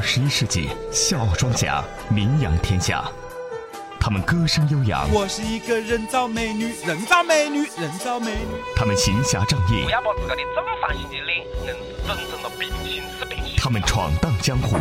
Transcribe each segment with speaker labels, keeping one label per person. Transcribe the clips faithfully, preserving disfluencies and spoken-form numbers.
Speaker 1: 十一世纪笑傲庄稼名扬天下，他们歌声悠扬。
Speaker 2: 我是一个人造美女，人造美女，人造美女。
Speaker 1: 他们行侠仗义。
Speaker 3: 不要把自个的正方形的脸硬是整成了平行四平行。
Speaker 1: 他们闯荡江湖。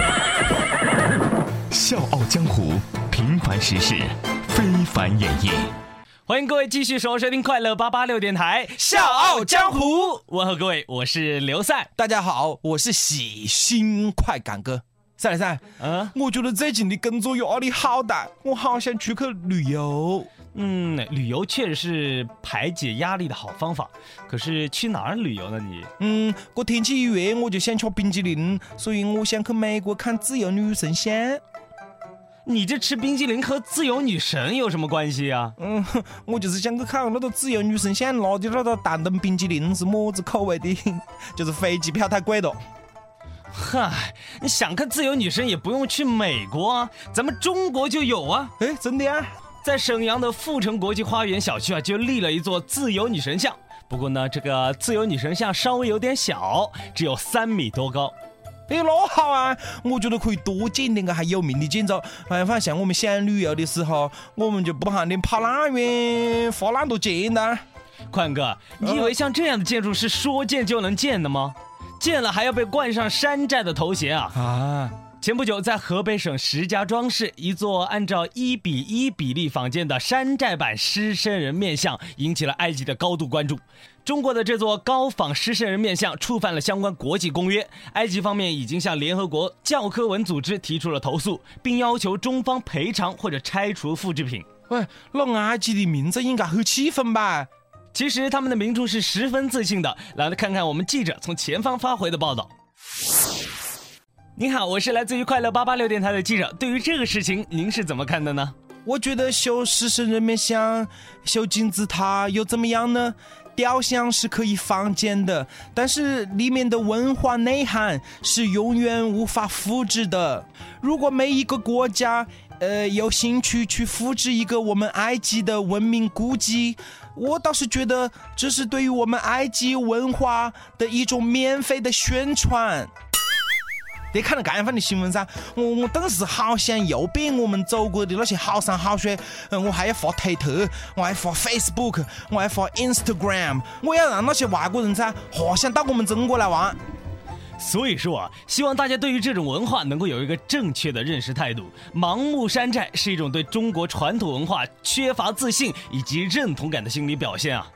Speaker 1: 笑傲江湖，平凡时事，非凡演绎。
Speaker 4: 欢迎各位继续收听快乐八八六电台
Speaker 2: 笑傲江湖。
Speaker 4: 问候各位，我是刘赛。
Speaker 2: 大家好，我是喜新快感哥。赛来赛，
Speaker 4: 嗯，
Speaker 2: 我觉得最近的工作压力好大，我好想出去旅游。
Speaker 4: 嗯，旅游确实是排解压力的好方法，可是去哪儿旅游呢你？
Speaker 2: 嗯，我天气一热我就想吃冰淇淋，所以我想去美国看自由女神像。
Speaker 4: 你这吃冰淇淋和自由女神有什么关系啊？
Speaker 2: 嗯，我就是想去看那个自由女神像拿的那个蛋冻冰淇淋是么子口味的，就是飞机票太贵了。
Speaker 4: 嗨，你想看自由女神也不用去美国啊，咱们中国就有啊。
Speaker 2: 哎，真的啊？
Speaker 4: 在沈阳的富城国际花园小区啊，就立了一座自由女神像。不过呢，这个自由女神像稍微有点小，只有三米多高。
Speaker 2: 哎，那好啊，我觉得可以多建点个还有名的建筑。反正像我们想旅游的时候，我们就不喊你跑那远花那么多钱的。
Speaker 4: 宽哥，你以为像这样的建筑是说建就能建的吗？建了还要被冠上山寨的头衔啊！
Speaker 2: 啊！
Speaker 4: 前不久，在河北省石家庄市，一座按照一比一比例仿建的山寨版狮身人面像引起了埃及的高度关注。中国的这座高仿狮身人面像触犯了相关国际公约，埃及方面已经向联合国教科文组织提出了投诉，并要求中方赔偿或者拆除复制品。
Speaker 2: 喂，那埃及的民众应该很气愤吧？
Speaker 4: 其实他们的民众是十分自信的，来看看我们记者从前方发回的报道。您好，我是来自于快乐八八六电台的记者，对于这个事情您是怎么看的呢？
Speaker 2: 我觉得修狮身人面像、修金字塔又怎么样呢？雕像是可以仿建的，但是里面的文化内涵是永远无法复制的。如果每一个国家呃有兴趣去复制一个我们埃及的文明古迹，我倒是觉得这是对于我们埃及文化的一种免费的宣传。你看了干饭的新闻噻，我我当时好想诱骗我们走过的那些好山好水，嗯，我还要发推特，我还发 Facebook， 我还发 Instagram， 我要让那些外国人噻，好想到我们中国来玩。
Speaker 4: 所以说啊，希望大家对于这种文化能够有一个正确的认识态度。盲目山寨是一种对中国传统文化缺乏自信以及认同感的心理表现啊。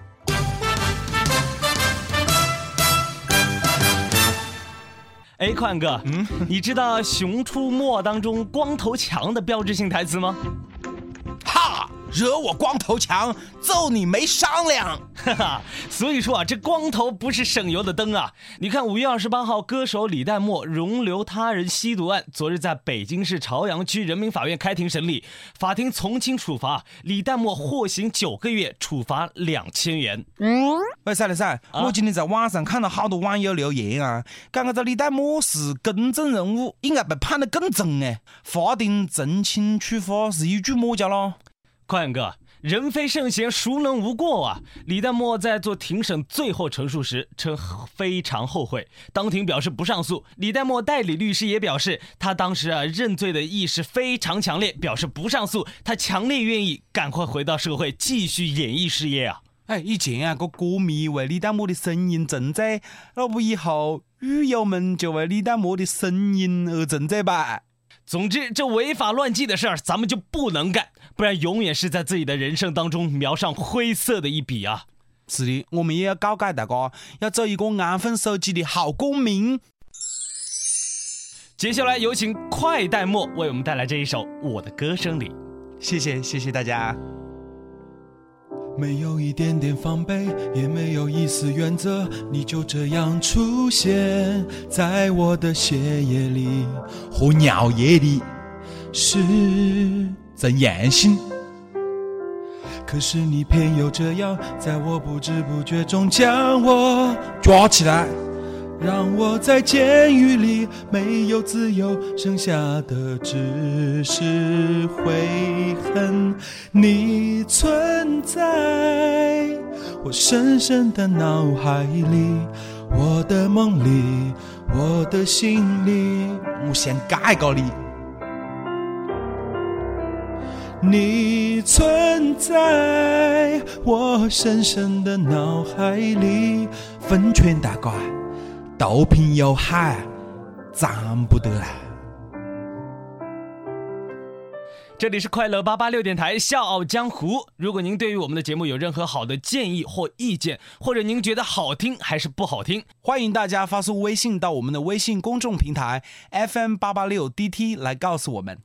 Speaker 4: 哎，宽哥，嗯，你知道《熊出没》当中光头强的标志性台词吗？
Speaker 2: 哈！惹我光头强，揍你没商量。
Speaker 4: 哈哈，所以说啊，这光头不是省油的灯啊！你看，五月二十八号，歌手李代沫容留他人吸毒案，昨日在北京市朝阳区人民法院开庭审理，法庭从轻处罚，李代沫获刑九个月，处罚两千元。
Speaker 2: 喂，赛了赛，我今天在网上看到好多网友留言啊，讲这李代沫是公众人物，应该被判得更重哎。法定从轻处罚是一句么叫咯？
Speaker 4: 宽哥，人非圣贤，孰能无过啊！李代沫在做庭审最后陈述时称非常后悔，当庭表示不上诉。李代沫代理律师也表示，他当时啊认罪的意识非常强烈，表示不上诉，他强烈愿意赶快回到社会继续演艺事业啊！
Speaker 2: 哎，以前啊，个歌迷为李代沫的声音重罪，那不以后狱友们就为李代沫的声音而重罪吧？
Speaker 4: 总之，这违法乱纪的事儿，咱们就不能干，不然永远是在自己的人生当中描上灰色的一笔啊！
Speaker 2: 是的，我们也要搞改大家，要做一个安分守己的好公民。
Speaker 4: 接下来有请快代沫为我们带来这一首《我的歌声里》。
Speaker 2: 谢谢，谢谢大家。
Speaker 5: 没有一点点防备，也没有一丝原则，你就这样出现在我的血液里
Speaker 2: 和尿液里，
Speaker 5: 是怎样性？可是你偏又这样，在我不知不觉中将我
Speaker 2: 抓起来，
Speaker 5: 让我在监狱里没有自由，剩下的只是悔恨。你存在我深深的脑海里，我的梦里， 我的心里，
Speaker 2: 我先改个你。
Speaker 5: 你存在我深深的脑海里，
Speaker 2: 分权大怪，豆瓶有海，站不得来。
Speaker 4: 这里是快乐八八六电台笑傲江湖。如果您对于我们的节目有任何好的建议或意见，或者您觉得好听还是不好听，
Speaker 2: 欢迎大家发送微信到我们的微信公众平台 F M 八八六 D T 来告诉我们。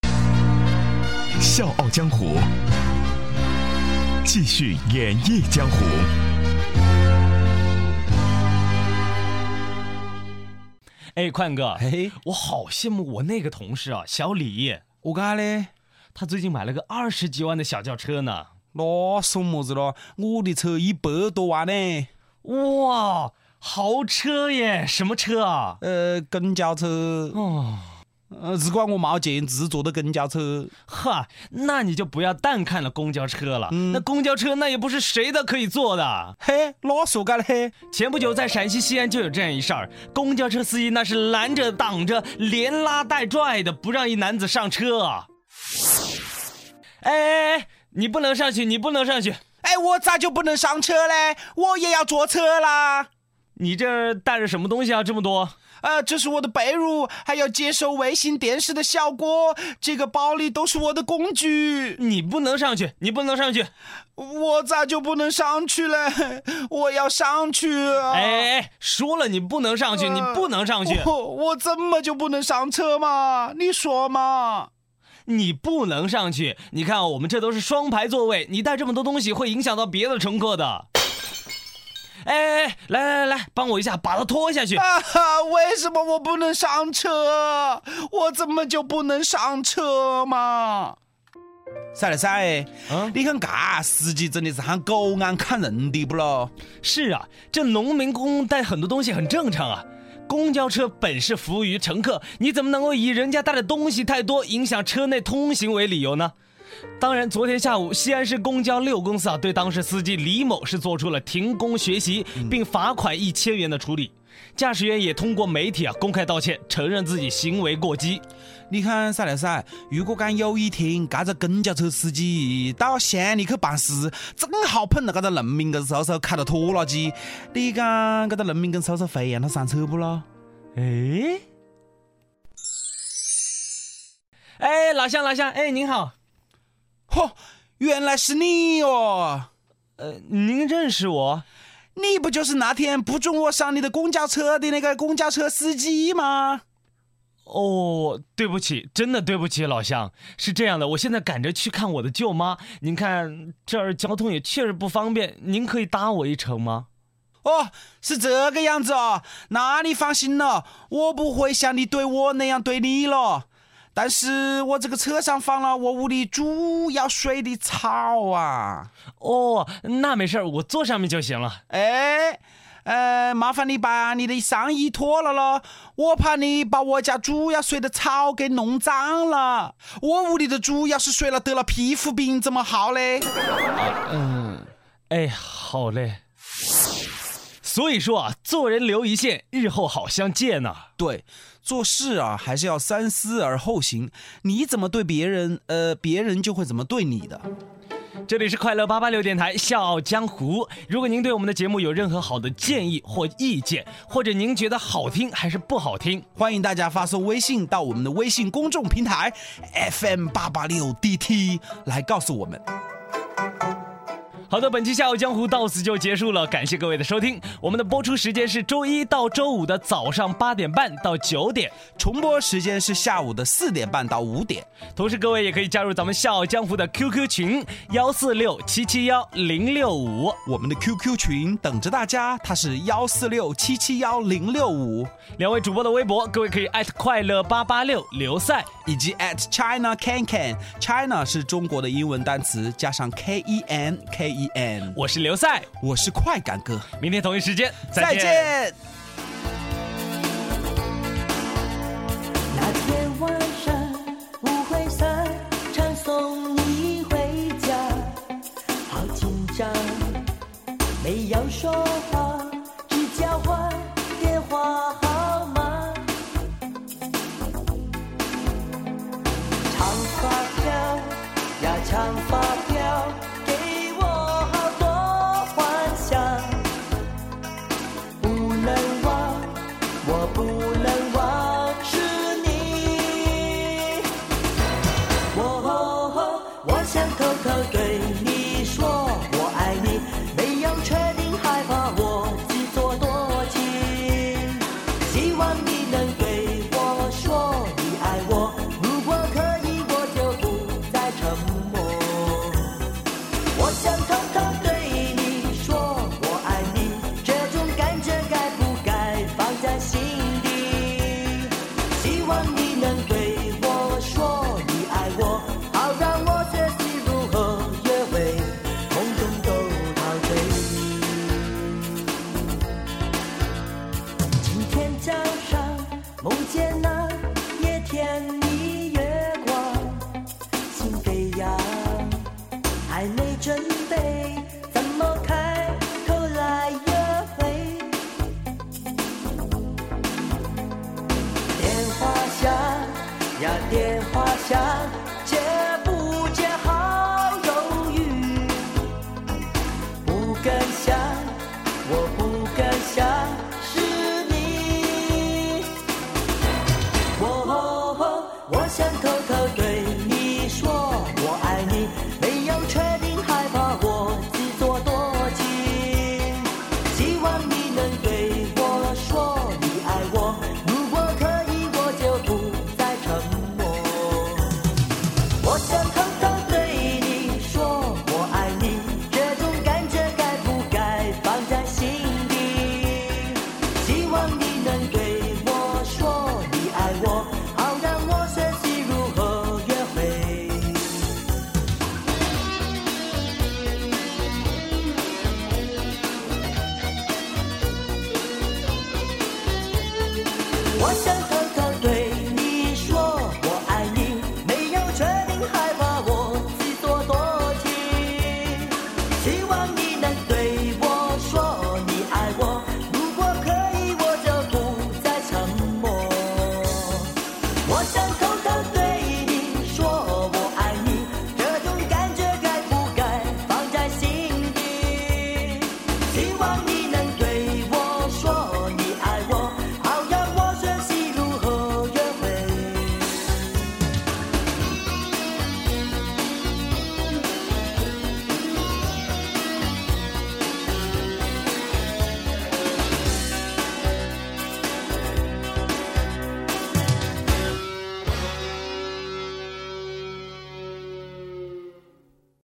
Speaker 1: 笑傲江湖，继续演绎江湖。
Speaker 4: 哎，宽哥，
Speaker 2: 嘿，
Speaker 4: 我好羡慕我那个同事啊，小李。
Speaker 2: 我干嘞？
Speaker 4: 他最近买了个二十几万的小轿车呢。
Speaker 2: 那说么子了？我的车一百多万呢。
Speaker 4: 哇，豪车耶！什么车啊？
Speaker 2: 呃，公交车。
Speaker 4: 哦。
Speaker 2: 呃，只怪我没钱自坐的公交车。
Speaker 4: 哈，那你就不要淡看了公交车了。
Speaker 2: 嗯、
Speaker 4: 那公交车那也不是谁都可以坐的。
Speaker 2: 嘿，那说干嘞？
Speaker 4: 前不久在陕西西安就有这样一事儿，公交车司机那是拦着挡着，连拉带拽的，不让一男子上车啊！哎哎哎，你不能上去，你不能上去！
Speaker 2: 哎，我咋就不能上车嘞？我也要坐车啦！
Speaker 4: 你这带着什么东西啊？这么多？
Speaker 2: 呃，这是我的被褥，还要接收卫星电视的效果。这个包里都是我的工具。
Speaker 4: 你不能上去，你不能上去。
Speaker 2: 我咋就不能上去嘞？我要上去啊！
Speaker 4: 哎哎，说了你不能上去，呃、你不能上去。
Speaker 2: 我我怎么就不能上车嘛？你说嘛？
Speaker 4: 你不能上去。你看、哦，我们这都是双排座位，你带这么多东西会影响到别的乘客的。哎哎，来来来来，帮我一下，把它拖下去。
Speaker 2: 啊！为什么我不能上车？我怎么就不能上车嘛？赛了赛，嗯，你看嘎司机真的是喊狗眼看人的不咯？
Speaker 4: 是啊，这农民工带很多东西很正常啊。公交车本是服务于乘客，你怎么能够以人家带的东西太多影响车内通行为理由呢？当然，昨天下午，西安市公交六公司啊，对当事司机李某是做出了停工学习，并罚款一千元的处理。驾驶员也通过媒体啊公开道歉，承认自己行为过激。
Speaker 2: 你看赛来赛，如果敢有一天，嘎子公交车司机到县里去办事，正好碰到嘎子农民跟叔叔开了拖拉机，你讲嘎子农民跟叔叔会让他上车不咯？
Speaker 4: 哎，哎，老乡老乡，哎，您好。
Speaker 2: 嚯、哦，原来是你哦！
Speaker 4: 呃，您认识我？
Speaker 2: 你不就是那天不准我上你的公交车的那个公交车司机吗？
Speaker 4: 哦，对不起，真的对不起，老乡。是这样的，我现在赶着去看我的舅妈，您看这儿交通也确实不方便，您可以搭我一程吗？
Speaker 2: 哦，是这个样子哦，那你放心了，我不会像你对我那样对你了。但是我这个车上放了我屋里猪要睡的草啊！
Speaker 4: 哦，那没事，我坐上面就行了。
Speaker 2: 哎，呃，麻烦你把你的上衣脱了咯，我怕你把我家猪要睡的草给弄脏了。我屋里的猪要是睡了得了皮肤病怎么好嘞？
Speaker 4: 啊、嗯，哎，好嘞。所以说啊，做人留一线，日后好相见呐、啊。
Speaker 2: 对，做事啊还是要三思而后行。你怎么对别人，呃，别人就会怎么对你的。
Speaker 4: 这里是快乐八八六电台笑傲江湖。如果您对我们的节目有任何好的建议或意见，或者您觉得好听还是不好听，
Speaker 2: 欢迎大家发送微信到我们的微信公众平台 F M 八八六 D T 来告诉我们。
Speaker 4: 好的，本期笑傲江湖到此就结束了，感谢各位的收听。我们的播出时间是周一到周五的早上八点半到九点，
Speaker 2: 重播时间是下午的四点半到五点。
Speaker 4: 同时，各位也可以加入咱们笑傲江湖的 Q Q 群幺四六七七幺零六五，
Speaker 2: 我们的 Q Q 群等着大家，它是幺四六七七幺零六五。
Speaker 4: 两位主播的微博，各位可以艾特快乐八八六刘赛，
Speaker 2: 以及 at China Can Can。China 是中国的英文单词，加上 K E N K E N。
Speaker 4: 我是刘赛，
Speaker 2: 我是快感哥，
Speaker 4: 明天同一时间再见。
Speaker 2: 再见。
Speaker 6: 那天晚上舞会散场送你回家，好紧张，没有说话，只交换电话号码。 感想，我不